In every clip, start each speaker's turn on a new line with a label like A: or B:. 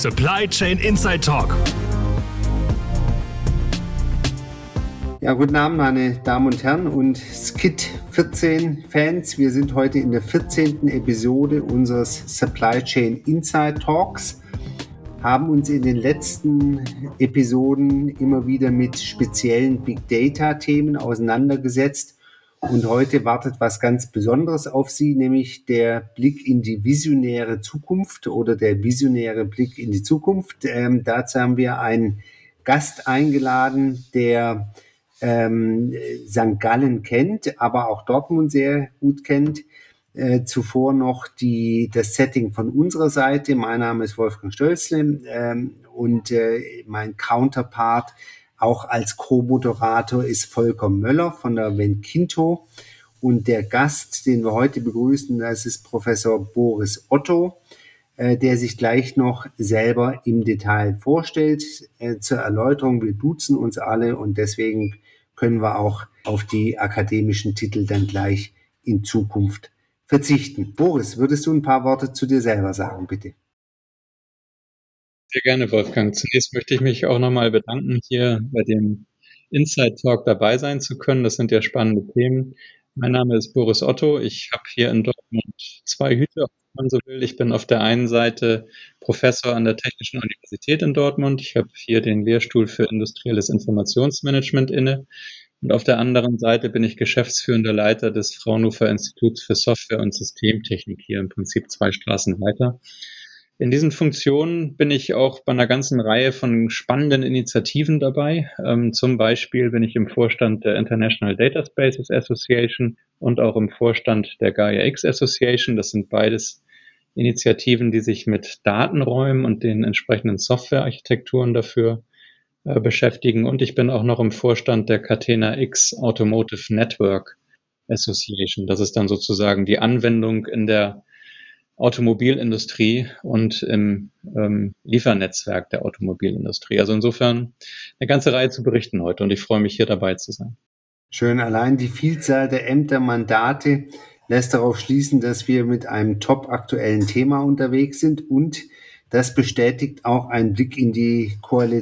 A: Supply Chain Inside Talk.
B: Ja, guten Abend, meine Damen und Herren und Skit 14 Fans. Wir sind heute in der 14. Episode unseres Supply Chain Inside Talks, haben uns in den letzten Episoden immer wieder mit speziellen Big Data Themen auseinandergesetzt. Und heute wartet was ganz Besonderes auf Sie, nämlich der Blick in die visionäre Zukunft oder der visionäre Blick in die Zukunft. Dazu haben wir einen Gast eingeladen, der St. Gallen kennt, aber auch Dortmund sehr gut kennt. Zuvor noch das Setting von unserer Seite. Mein Name ist Wolfgang Stölzle und mein Counterpart auch als Co-Moderator ist Volker Möller von der Venkinto. Und der Gast, den wir heute begrüßen, das ist Professor Boris Otto, der sich gleich noch selber im Detail vorstellt. Zur Erläuterung, wir duzen uns alle und deswegen können wir auch auf die akademischen Titel dann gleich in Zukunft verzichten. Boris, würdest du ein paar Worte zu dir selber sagen, bitte?
C: Sehr gerne, Wolfgang. Zunächst möchte ich mich auch nochmal bedanken, hier bei dem Inside Talk dabei sein zu können. Das sind ja spannende Themen. Mein Name ist Boris Otto. Ich habe hier in Dortmund zwei Hüte, wenn man so will. Ich bin auf der einen Seite Professor an der Technischen Universität in Dortmund. Ich habe hier den Lehrstuhl für industrielles Informationsmanagement inne. Und auf der anderen Seite bin ich geschäftsführender Leiter des Fraunhofer Instituts für Software und Systemtechnik, hier im Prinzip 2 Straßen weiter. In diesen Funktionen bin ich auch bei einer ganzen Reihe von spannenden Initiativen dabei. Zum Beispiel bin ich im Vorstand der International Data Spaces Association und auch im Vorstand der Gaia-X Association. Das sind beides Initiativen, die sich mit Datenräumen und den entsprechenden Softwarearchitekturen dafür beschäftigen. Und ich bin auch noch im Vorstand der Catena-X Automotive Network Association. Das ist dann sozusagen die Anwendung in der Automobilindustrie und im Liefernetzwerk der Automobilindustrie. Also insofern eine ganze Reihe zu berichten heute und ich freue mich, hier dabei zu sein.
B: Schön, allein die Vielzahl der Ämter, Mandate lässt darauf schließen, dass wir mit einem top aktuellen Thema unterwegs sind und das bestätigt auch einen Blick in die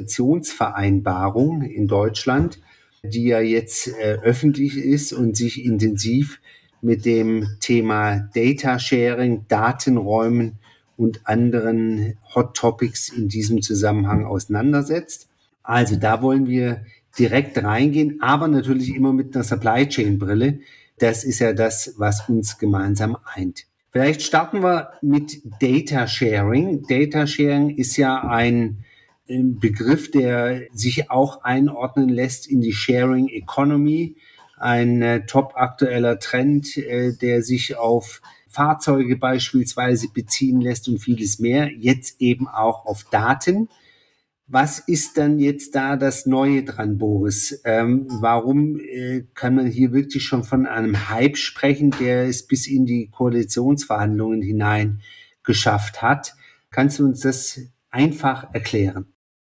B: Koalitionsvereinbarung in Deutschland, die ja jetzt öffentlich ist und sich intensiv mit dem Thema Data Sharing, Datenräumen und anderen Hot Topics in diesem Zusammenhang auseinandersetzt. Also da wollen wir direkt reingehen, aber natürlich immer mit einer Supply Chain Brille. Das ist ja das, was uns gemeinsam eint. Vielleicht starten wir mit Data Sharing. Data Sharing ist ja ein Begriff, der sich auch einordnen lässt in die Sharing Economy. Ein top aktueller Trend, der sich auf Fahrzeuge beispielsweise beziehen lässt und vieles mehr. Jetzt eben auch auf Daten. Was ist dann jetzt da das Neue dran, Boris? Warum kann man hier wirklich schon von einem Hype sprechen, der es bis in die Koalitionsverhandlungen hinein geschafft hat? Kannst du uns das einfach erklären?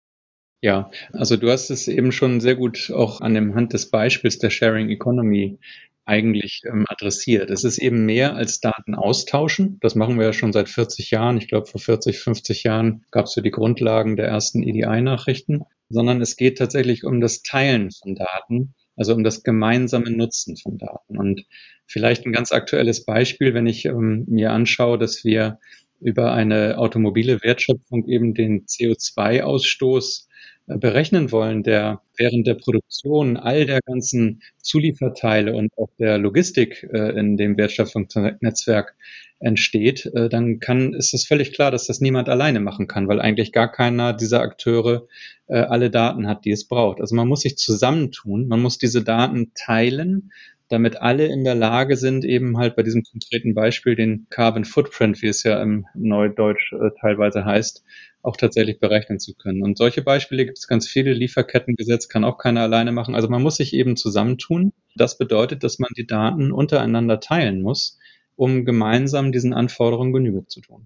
C: Ja, also du hast es eben schon sehr gut auch an dem Hand des Beispiels der Sharing Economy eigentlich adressiert. Es ist eben mehr als Daten austauschen. Das machen wir ja schon seit 40 Jahren. Ich glaube, vor 40, 50 Jahren gab es so die Grundlagen der ersten EDI-Nachrichten, sondern es geht tatsächlich um das Teilen von Daten, also um das gemeinsame Nutzen von Daten. Und vielleicht ein ganz aktuelles Beispiel, wenn ich mir anschaue, dass wir über eine automobile Wertschöpfung eben den CO2-Ausstoß berechnen wollen, der während der Produktion all der ganzen Zulieferteile und auch der Logistik in dem Wertschöpfungsnetzwerk entsteht, dann ist es völlig klar, dass das niemand alleine machen kann, weil eigentlich gar keiner dieser Akteure alle Daten hat, die es braucht. Also man muss sich zusammentun, man muss diese Daten teilen, damit alle in der Lage sind, eben halt bei diesem konkreten Beispiel den Carbon Footprint, wie es ja im Neudeutsch teilweise heißt, auch tatsächlich berechnen zu können. Und solche Beispiele gibt es ganz viele. Lieferkettengesetz kann auch keiner alleine machen. Also man muss sich eben zusammentun. Das bedeutet, dass man die Daten untereinander teilen muss, um gemeinsam diesen Anforderungen Genüge zu tun.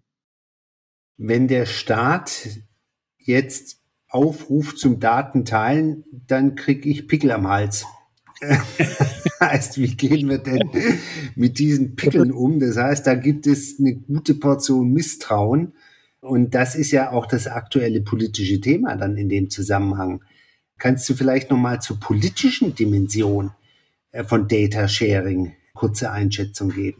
B: Wenn der Staat jetzt aufruft zum Datenteilen, dann kriege ich Pickel am Hals. Heißt, wie gehen wir denn mit diesen Pickeln um? Das heißt, da gibt es eine gute Portion Misstrauen. Und das ist ja auch das aktuelle politische Thema dann in dem Zusammenhang. Kannst du vielleicht nochmal zur politischen Dimension von Data Sharing kurze Einschätzung geben?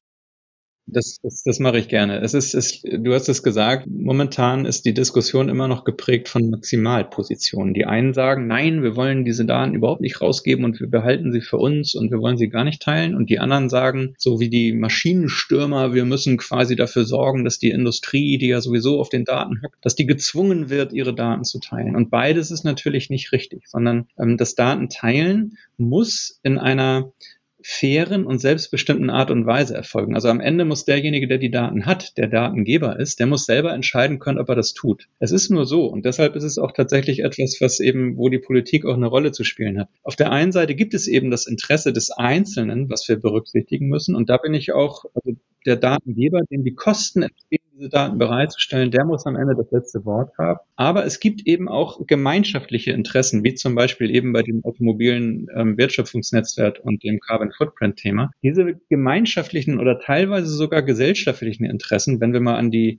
C: Das mache ich gerne. Du hast es gesagt, momentan ist die Diskussion immer noch geprägt von Maximalpositionen. Die einen sagen, nein, wir wollen diese Daten überhaupt nicht rausgeben und wir behalten sie für uns und wir wollen sie gar nicht teilen. Und die anderen sagen, so wie die Maschinenstürmer, wir müssen quasi dafür sorgen, dass die Industrie, die ja sowieso auf den Daten hackt, dass die gezwungen wird, ihre Daten zu teilen. Und beides ist natürlich nicht richtig, sondern das Datenteilen muss in einer fairen und selbstbestimmten Art und Weise erfolgen. Also am Ende muss derjenige, der die Daten hat, der Datengeber ist, der muss selber entscheiden können, ob er das tut. Es ist nur so und deshalb ist es auch tatsächlich etwas, was eben, wo die Politik auch eine Rolle zu spielen hat. Auf der einen Seite gibt es eben das Interesse des Einzelnen, was wir berücksichtigen müssen und da bin ich auch, also der Datengeber, dem die Kosten entstehen, diese Daten bereitzustellen, der muss am Ende das letzte Wort haben. Aber es gibt eben auch gemeinschaftliche Interessen, wie zum Beispiel eben bei dem automobilen Wertschöpfungsnetzwerk und dem Carbon Footprint Thema. Diese gemeinschaftlichen oder teilweise sogar gesellschaftlichen Interessen, wenn wir mal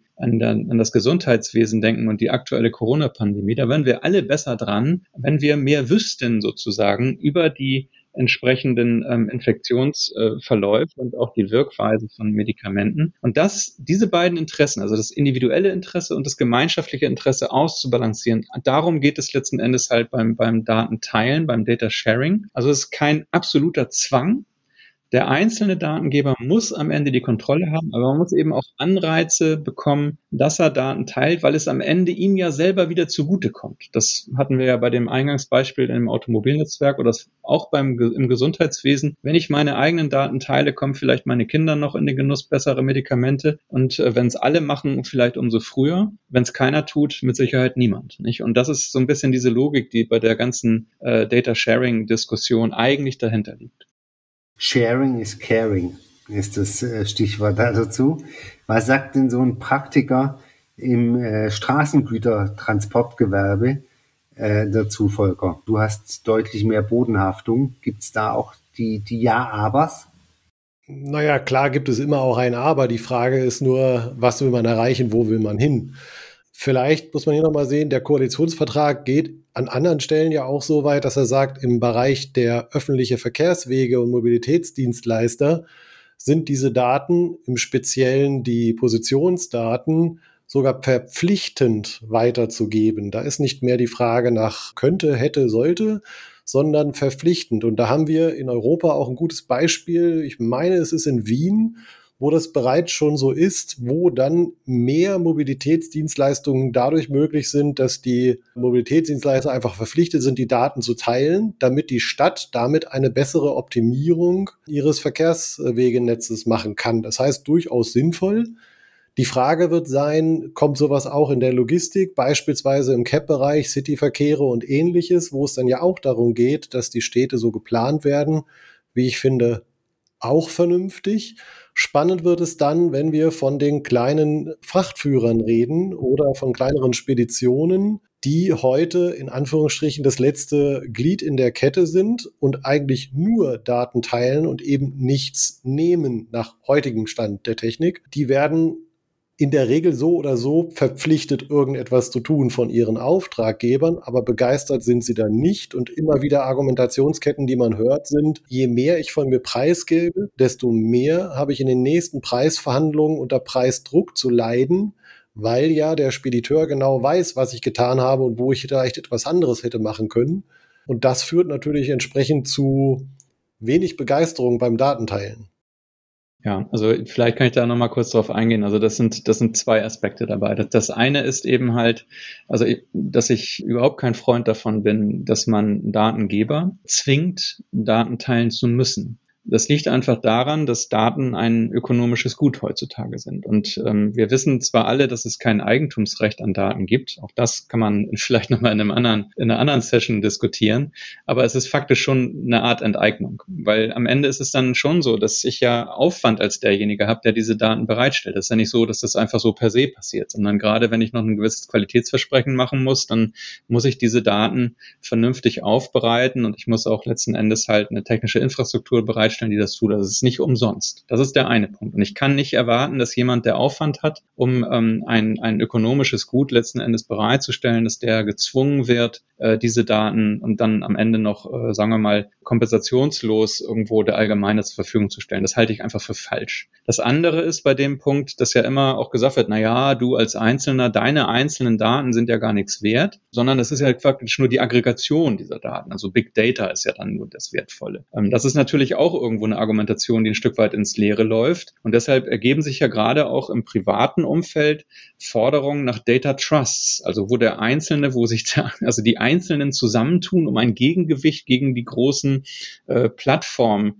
C: an das Gesundheitswesen denken und die aktuelle Corona-Pandemie, da wären wir alle besser dran, wenn wir mehr wüssten sozusagen über die entsprechenden Infektionsverläufe und auch die Wirkweise von Medikamenten. Und diese beiden Interessen, also das individuelle Interesse und das gemeinschaftliche Interesse auszubalancieren, darum geht es letzten Endes halt beim Datenteilen, beim Data Sharing. Also es ist kein absoluter Zwang. Der einzelne Datengeber muss am Ende die Kontrolle haben, aber man muss eben auch Anreize bekommen, dass er Daten teilt, weil es am Ende ihm ja selber wieder zugutekommt. Das hatten wir ja bei dem Eingangsbeispiel im Automobilnetzwerk oder auch im Gesundheitswesen. Wenn ich meine eigenen Daten teile, kommen vielleicht meine Kinder noch in den Genuss bessere Medikamente und wenn es alle machen, vielleicht umso früher. Wenn es keiner tut, mit Sicherheit niemand. Nicht? Und das ist so ein bisschen diese Logik, die bei der ganzen Data-Sharing-Diskussion eigentlich dahinter liegt.
B: Sharing is caring ist das Stichwort dazu. Was sagt denn so ein Praktiker im Straßengütertransportgewerbe dazu, Volker? Du hast deutlich mehr Bodenhaftung. Gibt es da auch die Ja-Abers?
D: Naja, klar gibt es immer auch ein Aber. Die Frage ist nur, was will man erreichen, wo will man hin? Vielleicht muss man hier nochmal sehen, der Koalitionsvertrag geht an anderen Stellen ja auch so weit, dass er sagt, im Bereich der öffentlichen Verkehrswege und Mobilitätsdienstleister sind diese Daten, im Speziellen die Positionsdaten, sogar verpflichtend weiterzugeben. Da ist nicht mehr die Frage nach könnte, hätte, sollte, sondern verpflichtend. Und da haben wir in Europa auch ein gutes Beispiel. Ich meine, es ist in Wien, wo das bereits schon so ist, wo dann mehr Mobilitätsdienstleistungen dadurch möglich sind, dass die Mobilitätsdienstleister einfach verpflichtet sind, die Daten zu teilen, damit die Stadt damit eine bessere Optimierung ihres Verkehrswegenetzes machen kann. Das heißt, durchaus sinnvoll. Die Frage wird sein, kommt sowas auch in der Logistik, beispielsweise im CAP-Bereich, Cityverkehre und Ähnliches, wo es dann ja auch darum geht, dass die Städte so geplant werden, wie ich finde, auch vernünftig. Spannend wird es dann, wenn wir von den kleinen Frachtführern reden oder von kleineren Speditionen, die heute in Anführungsstrichen das letzte Glied in der Kette sind und eigentlich nur Daten teilen und eben nichts nehmen nach heutigem Stand der Technik. Die werden in der Regel so oder so verpflichtet, irgendetwas zu tun von ihren Auftraggebern, aber begeistert sind sie dann nicht und immer wieder Argumentationsketten, die man hört, sind, je mehr ich von mir preisgebe, desto mehr habe ich in den nächsten Preisverhandlungen unter Preisdruck zu leiden, weil ja der Spediteur genau weiß, was ich getan habe und wo ich vielleicht etwas anderes hätte machen können. Und das führt natürlich entsprechend zu wenig Begeisterung beim Datenteilen.
C: Ja, also vielleicht kann ich da nochmal kurz drauf eingehen. Also das sind zwei Aspekte dabei. Das eine ist eben halt, dass ich überhaupt kein Freund davon bin, dass man Datengeber zwingt, Daten teilen zu müssen. Das liegt einfach daran, dass Daten ein ökonomisches Gut heutzutage sind. Und wir wissen zwar alle, dass es kein Eigentumsrecht an Daten gibt. Auch das kann man vielleicht nochmal in einer anderen Session diskutieren. Aber es ist faktisch schon eine Art Enteignung. Weil am Ende ist es dann schon so, dass ich ja Aufwand als derjenige habe, der diese Daten bereitstellt. Es ist ja nicht so, dass das einfach so per se passiert, sondern gerade wenn ich noch ein gewisses Qualitätsversprechen machen muss, dann muss ich diese Daten vernünftig aufbereiten und ich muss auch letzten Endes halt eine technische Infrastruktur bereitstellen, bereitstellen, die das tun. Das ist nicht umsonst. Das ist der eine Punkt. Und ich kann nicht erwarten, dass jemand, der Aufwand hat, um ein ökonomisches Gut letzten Endes bereitzustellen, dass der gezwungen wird, diese Daten und dann am Ende noch, sagen wir mal, kompensationslos irgendwo der Allgemeinheit zur Verfügung zu stellen. Das halte ich einfach für falsch. Das andere ist bei dem Punkt, dass ja immer auch gesagt wird, na ja, du als Einzelner, deine einzelnen Daten sind ja gar nichts wert, sondern das ist ja faktisch nur die Aggregation dieser Daten. Also Big Data ist ja dann nur das Wertvolle. Das ist natürlich auch irgendwo eine Argumentation, die ein Stück weit ins Leere läuft. Und deshalb ergeben sich ja gerade auch im privaten Umfeld Forderungen nach Data Trusts, also wo der Einzelne, wo sich also die Einzelnen zusammentun, um ein Gegengewicht gegen die großen Plattformen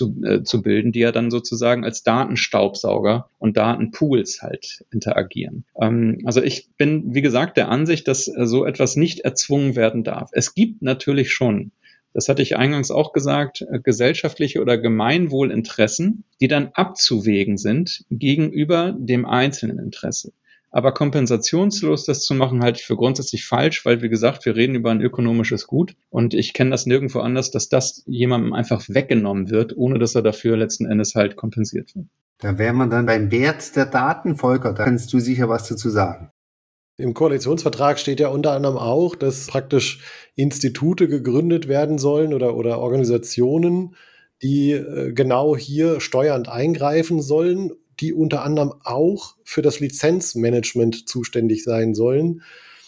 C: zu bilden, die ja dann sozusagen als Datenstaubsauger und Datenpools halt interagieren. Also ich bin, wie gesagt, der Ansicht, dass so etwas nicht erzwungen werden darf. Es gibt natürlich schon, das hatte ich eingangs auch gesagt, gesellschaftliche oder Gemeinwohlinteressen, die dann abzuwägen sind gegenüber dem einzelnen Interesse. Aber kompensationslos das zu machen, halte ich für grundsätzlich falsch, weil, wie gesagt, wir reden über ein ökonomisches Gut und ich kenne das nirgendwo anders, dass das jemandem einfach weggenommen wird, ohne dass er dafür letzten Endes halt kompensiert wird.
B: Da wären wir dann beim Wert der Daten. Volker, da kannst du sicher was dazu sagen.
D: Im Koalitionsvertrag steht ja unter anderem auch, dass praktisch Institute gegründet werden sollen oder Organisationen, die genau hier steuernd eingreifen sollen, die unter anderem auch für das Lizenzmanagement zuständig sein sollen.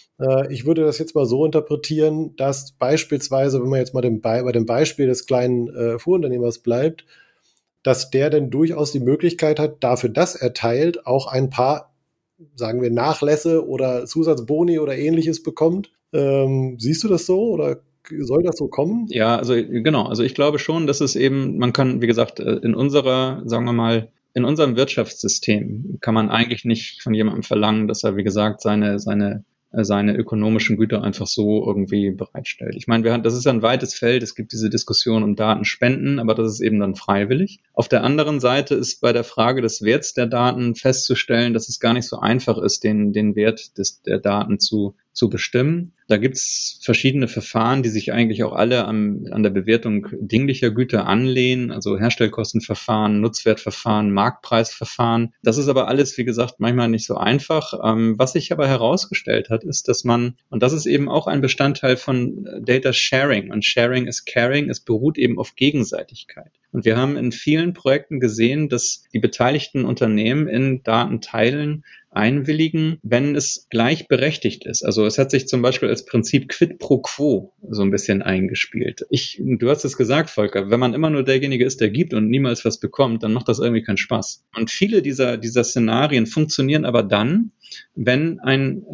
D: Ich würde das jetzt mal so interpretieren, dass beispielsweise, wenn man jetzt mal bei dem Beispiel des kleinen Fuhrunternehmers bleibt, dass der denn durchaus die Möglichkeit hat, dafür, dass er teilt, auch ein paar, sagen wir, Nachlässe oder Zusatzboni oder Ähnliches bekommt. Siehst du das so oder soll das so kommen?
C: Ja, also genau. Also ich glaube schon, dass es eben, man kann, wie gesagt, in unserer, sagen wir mal, in unserem Wirtschaftssystem kann man eigentlich nicht von jemandem verlangen, dass er, wie gesagt, seine ökonomischen Güter einfach so irgendwie bereitstellt. Ich meine, das ist ja ein weites Feld. Es gibt diese Diskussion um Datenspenden, aber das ist eben dann freiwillig. Auf der anderen Seite ist bei der Frage des Werts der Daten festzustellen, dass es gar nicht so einfach ist, den Wert der Daten zu bestimmen. Da gibt's verschiedene Verfahren, die sich eigentlich auch alle an der Bewertung dinglicher Güter anlehnen, also Herstellkostenverfahren, Nutzwertverfahren, Marktpreisverfahren. Das ist aber alles, wie gesagt, manchmal nicht so einfach. Was sich aber herausgestellt hat, ist, dass man, und das ist eben auch ein Bestandteil von Data Sharing, und Sharing is Caring, es beruht eben auf Gegenseitigkeit. Und wir haben in vielen Projekten gesehen, dass die beteiligten Unternehmen in Datenteilen einwilligen, wenn es gleichberechtigt ist. Also es hat sich zum Beispiel als Prinzip Quid pro Quo so ein bisschen eingespielt. Du hast es gesagt, Volker, wenn man immer nur derjenige ist, der gibt und niemals was bekommt, dann macht das irgendwie keinen Spaß. Und viele dieser Szenarien funktionieren aber dann, wenn ein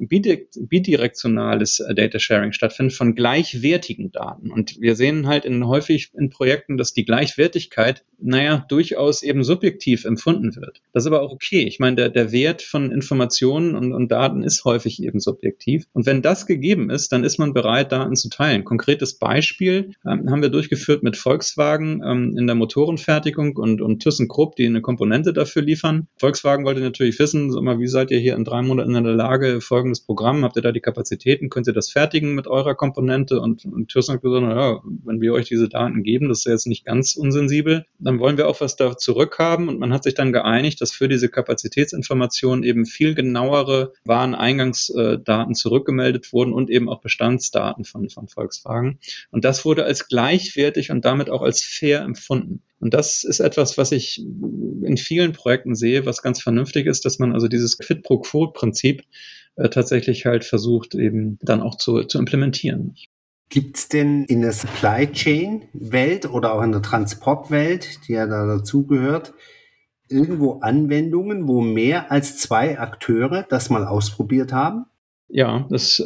C: bidirektionales Data Sharing stattfindet von gleichwertigen Daten. Und wir sehen halt häufig in Projekten, dass die Gleichwertigkeit, durchaus eben subjektiv empfunden wird. Das ist aber auch okay. Ich meine, der Wert von Informationen und Daten ist häufig eben subjektiv. Und wenn das gegeben ist, dann ist man bereit, Daten zu teilen. Konkretes Beispiel haben wir durchgeführt mit Volkswagen in der Motorenfertigung und ThyssenKrupp, die eine Komponente dafür liefern. Volkswagen wollte natürlich wissen, wie seid ihr hier in 3 Monaten in der Lage, folgendes Programm, habt ihr da die Kapazitäten, könnt ihr das fertigen mit eurer Komponente? Und Thyssen hat gesagt, wenn wir euch diese Daten geben, das ist jetzt nicht ganz unsensibel, dann wollen wir auch was da zurückhaben. Und man hat sich dann geeinigt, dass für diese Kapazitätsinformationen eben viel genauere Wareneingangsdaten zurückgemeldet wurden und eben auch Bestandsdaten von Volkswagen. Und das wurde als gleichwertig und damit auch als fair empfunden. Und das ist etwas, was ich in vielen Projekten sehe, was ganz vernünftig ist, dass man also dieses Quid pro Quo-Prinzip tatsächlich halt versucht, eben dann auch zu implementieren.
B: Gibt es denn in der Supply Chain Welt oder auch in der Transportwelt, die ja da dazugehört, irgendwo Anwendungen, wo mehr als 2 Akteure das mal ausprobiert haben?
C: Ja, das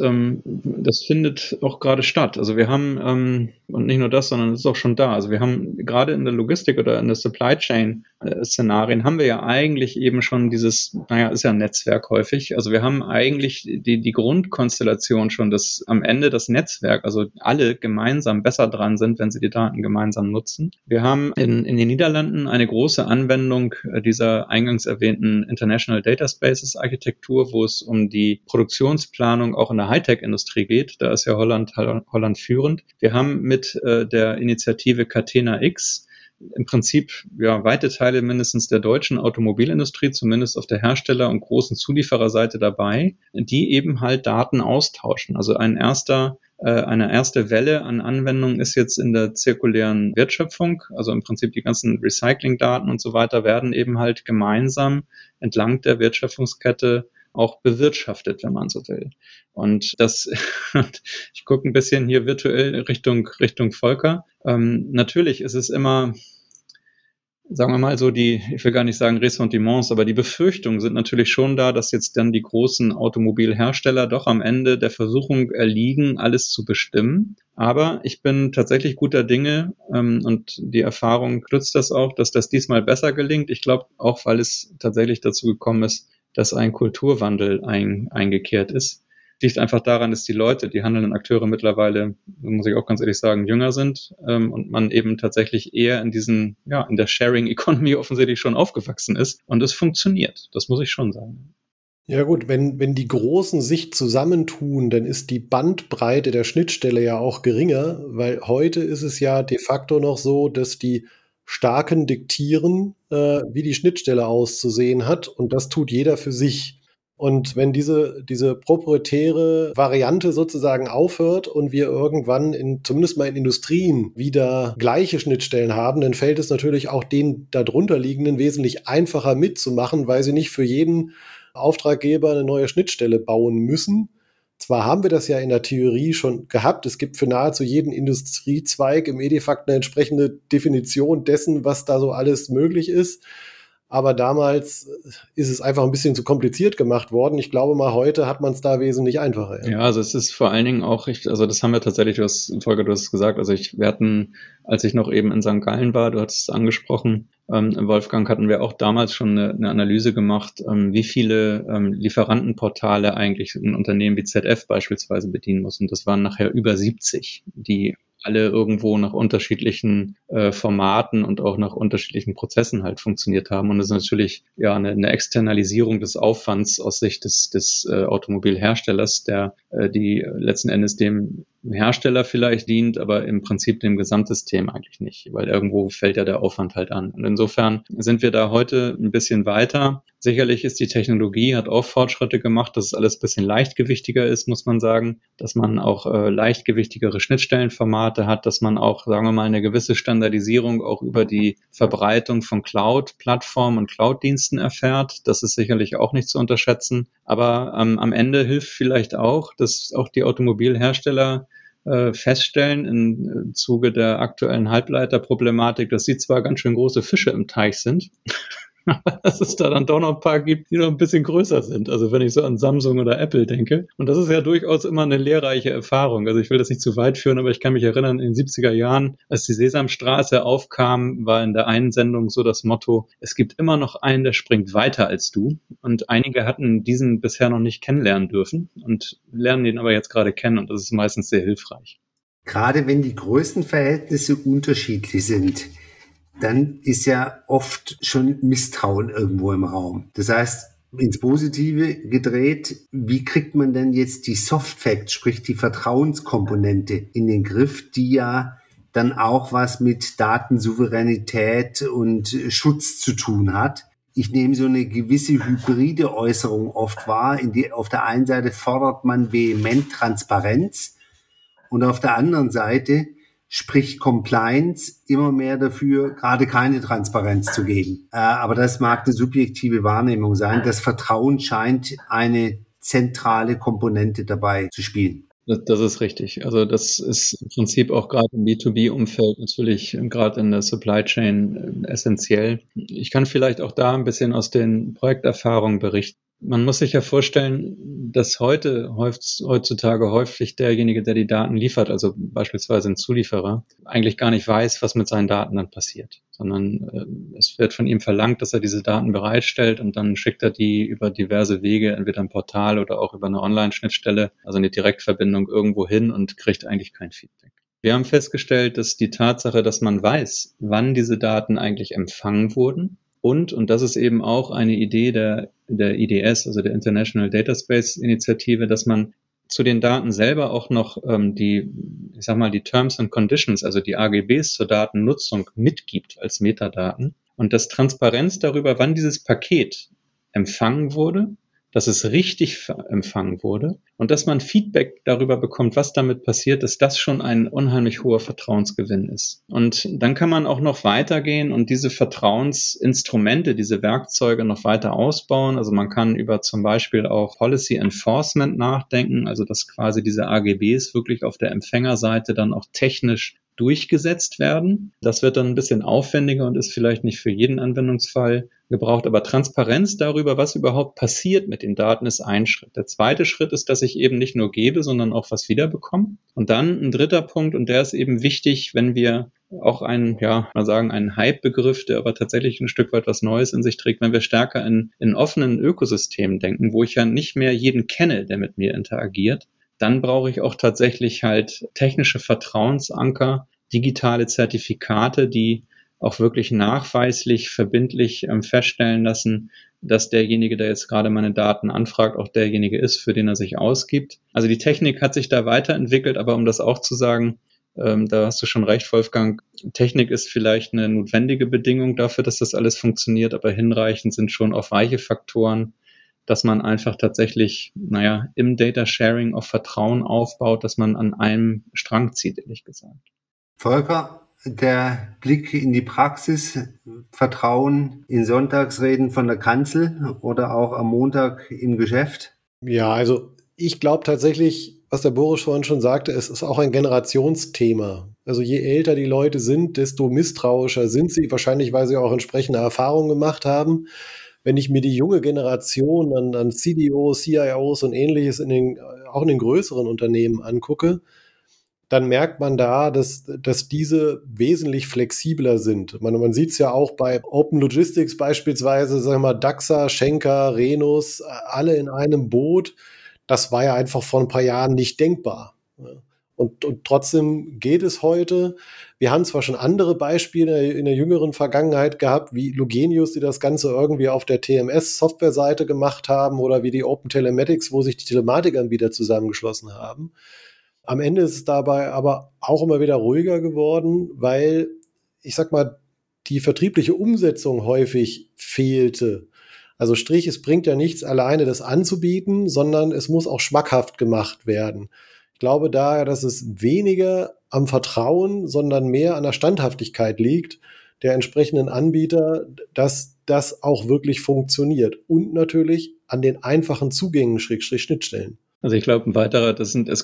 C: findet auch gerade statt. Also wir haben, und nicht nur das, sondern es ist auch schon da. Also wir haben gerade in der Logistik oder in der Supply Chain Szenarien haben wir ja eigentlich eben schon dieses, ist ja ein Netzwerk häufig. Also wir haben eigentlich die Grundkonstellation schon, dass am Ende das Netzwerk, also alle gemeinsam besser dran sind, wenn sie die Daten gemeinsam nutzen. Wir haben in den Niederlanden eine große Anwendung dieser eingangs erwähnten International Data Spaces Architektur, wo es um die Produktionsplanung auch in der Hightech-Industrie geht. Da ist ja Holland führend. Wir haben mit der Initiative Catena X im Prinzip weite Teile mindestens der deutschen Automobilindustrie, zumindest auf der Hersteller- und großen Zuliefererseite dabei, die eben halt Daten austauschen. Also eine erste Welle an Anwendungen ist jetzt in der zirkulären Wertschöpfung, also im Prinzip die ganzen Recyclingdaten und so weiter werden eben halt gemeinsam entlang der Wertschöpfungskette auch bewirtschaftet, wenn man so will. Und ich gucke ein bisschen hier virtuell Richtung Volker. Natürlich ist es immer, sagen wir mal so, ich will gar nicht sagen Ressentiments, aber die Befürchtungen sind natürlich schon da, dass jetzt dann die großen Automobilhersteller doch am Ende der Versuchung erliegen, alles zu bestimmen. Aber ich bin tatsächlich guter Dinge und die Erfahrung stützt das auch, dass das diesmal besser gelingt. Ich glaube auch, weil es tatsächlich dazu gekommen ist, dass ein Kulturwandel eingekehrt ist. Liegt einfach daran, dass die handelnden Akteure mittlerweile, muss ich auch ganz ehrlich sagen, jünger sind und man eben tatsächlich eher in der Sharing Economy offensichtlich schon aufgewachsen ist und es funktioniert. Das muss ich schon sagen.
D: Ja gut, wenn die Großen sich zusammentun, dann ist die Bandbreite der Schnittstelle ja auch geringer, weil heute ist es ja de facto noch so, dass die Starken diktieren, wie die Schnittstelle auszusehen hat, und das tut jeder für sich. Und wenn diese proprietäre Variante sozusagen aufhört und wir irgendwann zumindest mal in Industrien wieder gleiche Schnittstellen haben, dann fällt es natürlich auch den darunter liegenden wesentlich einfacher mitzumachen, weil sie nicht für jeden Auftraggeber eine neue Schnittstelle bauen müssen. Zwar haben wir das ja in der Theorie schon gehabt, es gibt für nahezu jeden Industriezweig im Edifakt eine entsprechende Definition dessen, was da so alles möglich ist. Aber damals ist es einfach ein bisschen zu kompliziert gemacht worden. Ich glaube mal, heute hat man es da wesentlich einfacher.
C: Ja, also es ist vor allen Dingen auch, also das haben wir tatsächlich, Volker, du hast es gesagt, also wir hatten, als ich noch eben in St. Gallen war, du hattest es angesprochen, Wolfgang, hatten wir auch damals schon eine Analyse gemacht, wie viele Lieferantenportale eigentlich ein Unternehmen wie ZF beispielsweise bedienen muss. Und das waren nachher über 70, die alle irgendwo nach unterschiedlichen Formaten und auch nach unterschiedlichen Prozessen halt funktioniert haben. Und das ist natürlich eine Externalisierung des Aufwands aus Sicht des Automobilherstellers, die letzten Endes dem Hersteller vielleicht dient, aber im Prinzip dem Gesamtsystem eigentlich nicht, weil irgendwo fällt ja der Aufwand halt an. Und insofern sind wir da heute ein bisschen weiter. Sicherlich ist die Technologie, hat auch Fortschritte gemacht, dass es alles ein bisschen leichtgewichtiger ist, muss man sagen, dass man auch leichtgewichtigere Schnittstellenformate hat, dass man auch, sagen wir mal, eine gewisse Standardisierung auch über die Verbreitung von Cloud-Plattformen und Cloud-Diensten erfährt. Das ist sicherlich auch nicht zu unterschätzen. Aber am Ende hilft vielleicht auch, dass auch die Automobilhersteller feststellen im Zuge der aktuellen Halbleiterproblematik, dass sie zwar ganz schön große Fische im Teich sind, aber dass es da dann doch noch ein paar gibt, die noch ein bisschen größer sind. Also wenn ich so an Samsung oder Apple denke. Und das ist ja durchaus immer eine lehrreiche Erfahrung. Also ich will das nicht zu weit führen, aber ich kann mich erinnern, in den 70er Jahren, als die Sesamstraße aufkam, war in der einen Sendung so das Motto, es gibt immer noch einen, der springt weiter als du. Und einige hatten diesen bisher noch nicht kennenlernen dürfen und lernen den aber jetzt gerade kennen. Und das ist meistens sehr hilfreich.
B: Gerade wenn die Größenverhältnisse unterschiedlich sind, dann ist ja oft schon Misstrauen irgendwo im Raum. Das heißt, ins Positive gedreht, wie kriegt man denn jetzt die Soft Facts, sprich die Vertrauenskomponente in den Griff, die ja dann auch was mit Datensouveränität und Schutz zu tun hat? Ich nehme so eine gewisse hybride Äußerung oft wahr. Auf der einen Seite fordert man vehement Transparenz und auf der anderen Seite spricht Compliance immer mehr dafür, gerade keine Transparenz zu geben. Aber das mag eine subjektive Wahrnehmung sein. Das Vertrauen scheint eine zentrale Komponente dabei zu spielen.
C: Das ist richtig. Also das ist im Prinzip auch gerade im B2B-Umfeld natürlich gerade in der Supply Chain essentiell. Ich kann vielleicht auch da ein bisschen aus den Projekterfahrungen berichten. Man muss sich ja vorstellen, dass heutzutage häufig derjenige, der die Daten liefert, also beispielsweise ein Zulieferer, eigentlich gar nicht weiß, was mit seinen Daten dann passiert, sondern es wird von ihm verlangt, dass er diese Daten bereitstellt und dann schickt er die über diverse Wege, entweder ein Portal oder auch über eine Online-Schnittstelle, also eine Direktverbindung irgendwo hin und kriegt eigentlich kein Feedback. Wir haben festgestellt, dass die Tatsache, dass man weiß, wann diese Daten eigentlich empfangen wurden, und das ist eben auch eine Idee der IDS, also der International Data Space Initiative, dass man zu den Daten selber auch noch die Terms and Conditions, also die AGBs zur Datennutzung mitgibt als Metadaten und dass Transparenz darüber, wann dieses Paket empfangen wurde, dass es richtig empfangen wurde und dass man Feedback darüber bekommt, was damit passiert, dass das schon ein unheimlich hoher Vertrauensgewinn ist. Und dann kann man auch noch weitergehen und diese Vertrauensinstrumente, diese Werkzeuge noch weiter ausbauen. Also man kann über zum Beispiel auch Policy Enforcement nachdenken, also dass quasi diese AGBs wirklich auf der Empfängerseite dann auch technisch durchgesetzt werden. Das wird dann ein bisschen aufwendiger und ist vielleicht nicht für jeden Anwendungsfall gebraucht, aber Transparenz darüber, was überhaupt passiert mit den Daten, ist ein Schritt. Der zweite Schritt ist, dass ich eben nicht nur gebe, sondern auch was wiederbekomme. Und dann ein dritter Punkt, und der ist eben wichtig, wenn wir auch einen Hype-Begriff, der aber tatsächlich ein Stück weit was Neues in sich trägt, wenn wir stärker in offenen Ökosystemen denken, wo ich ja nicht mehr jeden kenne, der mit mir interagiert, dann brauche ich auch tatsächlich halt technische Vertrauensanker, digitale Zertifikate, die auch wirklich nachweislich, verbindlich feststellen lassen, dass derjenige, der jetzt gerade meine Daten anfragt, auch derjenige ist, für den er sich ausgibt. Also die Technik hat sich da weiterentwickelt, aber um das auch zu sagen, da hast du schon recht, Wolfgang, Technik ist vielleicht eine notwendige Bedingung dafür, dass das alles funktioniert, aber hinreichend sind schon auch weiche Faktoren, dass man einfach tatsächlich, im Data Sharing auf Vertrauen aufbaut, dass man an einem Strang zieht, ehrlich gesagt.
B: Volker, der Blick in die Praxis, Vertrauen in Sonntagsreden von der Kanzel oder auch am Montag im Geschäft?
D: Ja, also ich glaube tatsächlich, was der Boris vorhin schon sagte, es ist auch ein Generationsthema. Also je älter die Leute sind, desto misstrauischer sind sie, wahrscheinlich weil sie auch entsprechende Erfahrungen gemacht haben. Wenn ich mir die junge Generation an CDOs, CIOs und Ähnliches auch in den größeren Unternehmen angucke, dann merkt man da, dass diese wesentlich flexibler sind. Man sieht es ja auch bei Open Logistics beispielsweise, sagen wir mal, Daxa, Schenker, Renus, alle in einem Boot. Das war ja einfach vor ein paar Jahren nicht denkbar. Und trotzdem geht es heute. Wir haben zwar schon andere Beispiele in der jüngeren Vergangenheit gehabt, wie Logenius, die das Ganze irgendwie auf der TMS-Software-Seite gemacht haben, oder wie die Open Telematics, wo sich die Telematikanbieter zusammengeschlossen haben. Am Ende ist es dabei aber auch immer wieder ruhiger geworden, weil, ich sag mal, die vertriebliche Umsetzung häufig fehlte. Also sprich, es bringt ja nichts, alleine das anzubieten, sondern es muss auch schmackhaft gemacht werden. Ich glaube daher, dass es weniger am Vertrauen, sondern mehr an der Standhaftigkeit liegt der entsprechenden Anbieter, dass das auch wirklich funktioniert. Und natürlich an den einfachen Zugängen, Schnittstellen.
C: Also ich glaube, ein weiterer,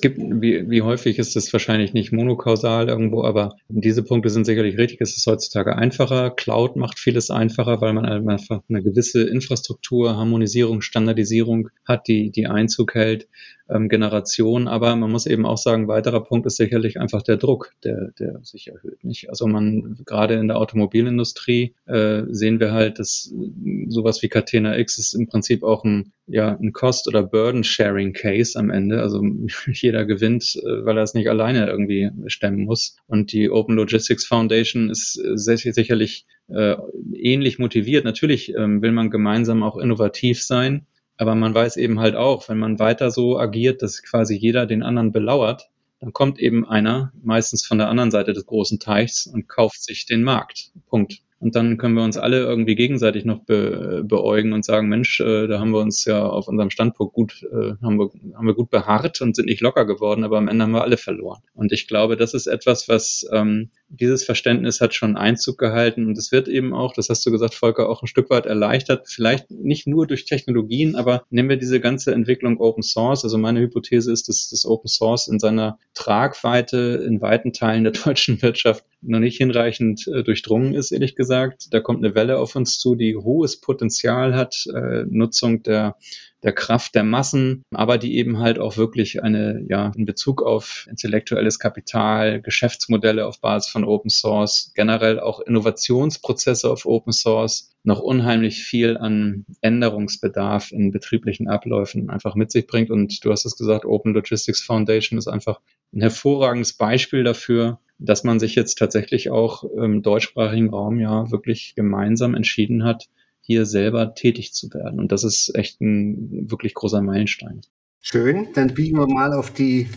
C: wie häufig ist das wahrscheinlich nicht monokausal irgendwo, aber diese Punkte sind sicherlich richtig. Es ist heutzutage einfacher. Cloud macht vieles einfacher, weil man einfach eine gewisse Infrastruktur, Harmonisierung, Standardisierung hat, die Einzug hält, Generation. Aber man muss eben auch sagen, ein weiterer Punkt ist sicherlich einfach der Druck, der sich erhöht, nicht? Also gerade in der Automobilindustrie sehen wir halt, dass sowas wie Catena X ist im Prinzip auch ein Cost- oder Burden-Sharing-Case am Ende. Also jeder gewinnt, weil er es nicht alleine irgendwie stemmen muss. Und die Open Logistics Foundation ist sicherlich ähnlich motiviert. Natürlich will man gemeinsam auch innovativ sein, aber man weiß eben halt auch, wenn man weiter so agiert, dass quasi jeder den anderen belauert, dann kommt eben einer, meistens von der anderen Seite des großen Teichs, und kauft sich den Markt. Punkt. Und dann können wir uns alle irgendwie gegenseitig noch beäugen und sagen, Mensch, da haben wir uns ja auf unserem Standpunkt haben wir gut beharrt und sind nicht locker geworden, aber am Ende haben wir alle verloren. Und ich glaube, das ist etwas, was dieses Verständnis hat schon Einzug gehalten, und es wird eben auch, das hast du gesagt, Volker, auch ein Stück weit erleichtert, vielleicht nicht nur durch Technologien, aber nehmen wir diese ganze Entwicklung Open Source. Also meine Hypothese ist, dass das Open Source in seiner Tragweite in weiten Teilen der deutschen Wirtschaft noch nicht hinreichend durchdrungen ist, ehrlich gesagt. Da kommt eine Welle auf uns zu, die hohes Potenzial hat, Nutzung der Kraft der Massen, aber die eben halt auch wirklich in Bezug auf intellektuelles Kapital, Geschäftsmodelle auf Basis von Open Source, generell auch Innovationsprozesse auf Open Source, noch unheimlich viel an Änderungsbedarf in betrieblichen Abläufen einfach mit sich bringt. Und du hast es gesagt, Open Logistics Foundation ist einfach ein hervorragendes Beispiel dafür, dass man sich jetzt tatsächlich auch im deutschsprachigen Raum ja wirklich gemeinsam entschieden hat, hier selber tätig zu werden. Und das ist echt ein wirklich großer Meilenstein.
B: Schön, dann biegen wir mal auf die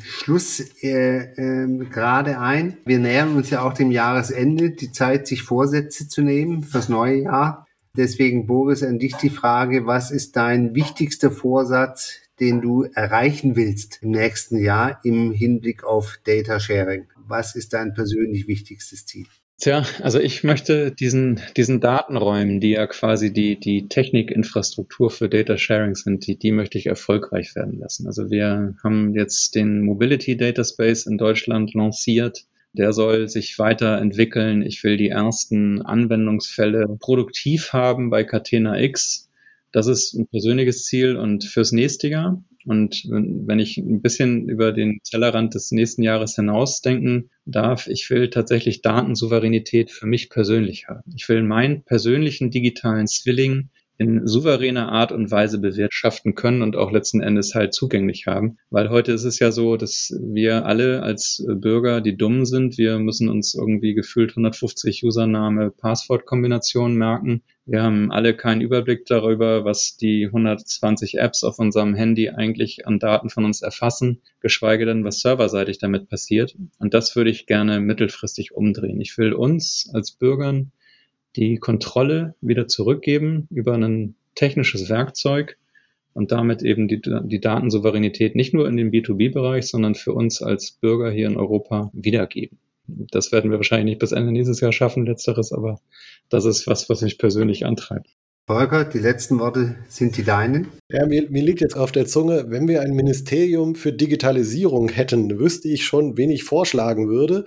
B: Schlussgerade ein. Wir nähern uns ja auch dem Jahresende, die Zeit, sich Vorsätze zu nehmen fürs neue Jahr. Deswegen, Boris, an dich die Frage, was ist dein wichtigster Vorsatz, den du erreichen willst im nächsten Jahr im Hinblick auf Data Sharing? Was ist dein persönlich wichtigstes Ziel?
C: Tja, also ich möchte diesen Datenräumen, die ja quasi die Technikinfrastruktur für Data Sharing sind, die möchte ich erfolgreich werden lassen. Also wir haben jetzt den Mobility Data Space in Deutschland lanciert. Der soll sich weiterentwickeln. Ich will die ersten Anwendungsfälle produktiv haben bei Catena X. Das ist ein persönliches Ziel und fürs nächste Jahr. Und wenn ich ein bisschen über den Tellerrand des nächsten Jahres hinausdenken darf, ich will tatsächlich Datensouveränität für mich persönlich haben. Ich will meinen persönlichen digitalen Zwilling in souveräner Art und Weise bewirtschaften können und auch letzten Endes halt zugänglich haben. Weil heute ist es ja so, dass wir alle als Bürger, die dumm sind, wir müssen uns irgendwie gefühlt 150 Username-Passwort-Kombinationen merken. Wir haben alle keinen Überblick darüber, was die 120 Apps auf unserem Handy eigentlich an Daten von uns erfassen, geschweige denn, was serverseitig damit passiert. Und das würde ich gerne mittelfristig umdrehen. Ich will uns als Bürgern die Kontrolle wieder zurückgeben über ein technisches Werkzeug und damit eben die Datensouveränität nicht nur in dem B2B-Bereich, sondern für uns als Bürger hier in Europa wiedergeben. Das werden wir wahrscheinlich nicht bis Ende nächstes Jahr schaffen, letzteres, aber das ist was mich persönlich antreibt.
B: Volker, die letzten Worte sind die deinen.
D: Ja, mir liegt jetzt auf der Zunge, wenn wir ein Ministerium für Digitalisierung hätten, wüsste ich schon, wen ich vorschlagen würde.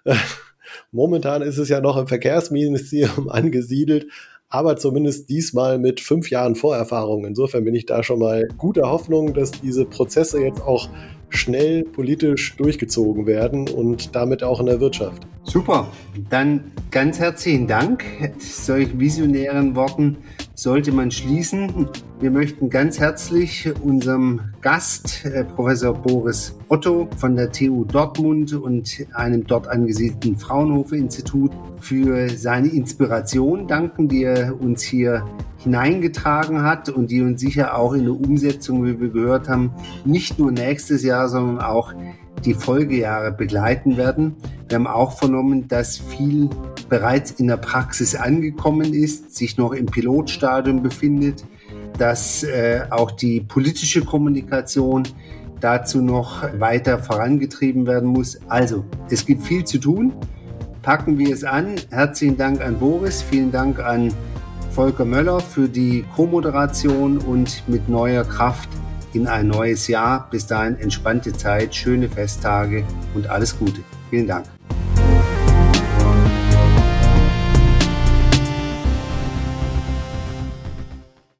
D: Momentan ist es ja noch im Verkehrsministerium angesiedelt, aber zumindest diesmal mit 5 Jahren Vorerfahrung. Insofern bin ich da schon mal guter Hoffnung, dass diese Prozesse jetzt auch schnell politisch durchgezogen werden und damit auch in der Wirtschaft.
B: Super, dann ganz herzlichen Dank. Solch visionären Worten sollte man schließen. Wir möchten ganz herzlich unserem Gast, Professor Boris Otto von der TU Dortmund und einem dort angesiedelten Fraunhofer-Institut für seine Inspiration danken, die er uns hier hineingetragen hat und die uns sicher auch in der Umsetzung, wie wir gehört haben, nicht nur nächstes Jahr, sondern auch die Folgejahre begleiten werden. Wir haben auch vernommen, dass viel bereits in der Praxis angekommen ist, sich noch im Pilotstadium befindet, dass auch die politische Kommunikation dazu noch weiter vorangetrieben werden muss. Also, es gibt viel zu tun. Packen wir es an. Herzlichen Dank an Boris, vielen Dank an Volker Möller für die Co-Moderation und mit neuer Kraft in ein neues Jahr. Bis dahin entspannte Zeit, schöne Festtage und alles Gute. Vielen Dank.